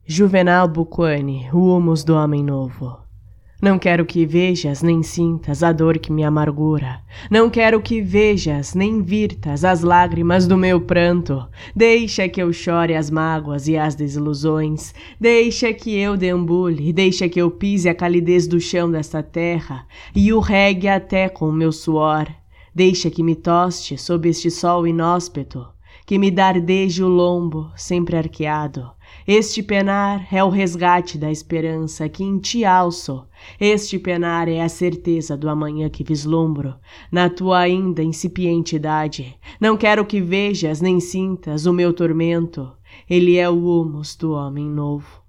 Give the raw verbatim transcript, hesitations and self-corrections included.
Juvenal Buquani, o humus do homem novo. Não quero que vejas nem sintas a dor que me amargura. Não quero que vejas nem virtas as lágrimas do meu pranto. Deixa que eu chore as mágoas e as desilusões. Deixa que eu deambule, deixa que eu pise a calidez do chão desta terra e o regue até com o meu suor. Deixa que me toste sob este sol inóspito, que me dardeje o lombo sempre arqueado. Este penar é o resgate da esperança que em ti alço. Este penar é a certeza do amanhã que vislumbro na tua ainda incipiente idade. Não quero que vejas nem sintas o meu tormento. Ele é o humus do homem novo.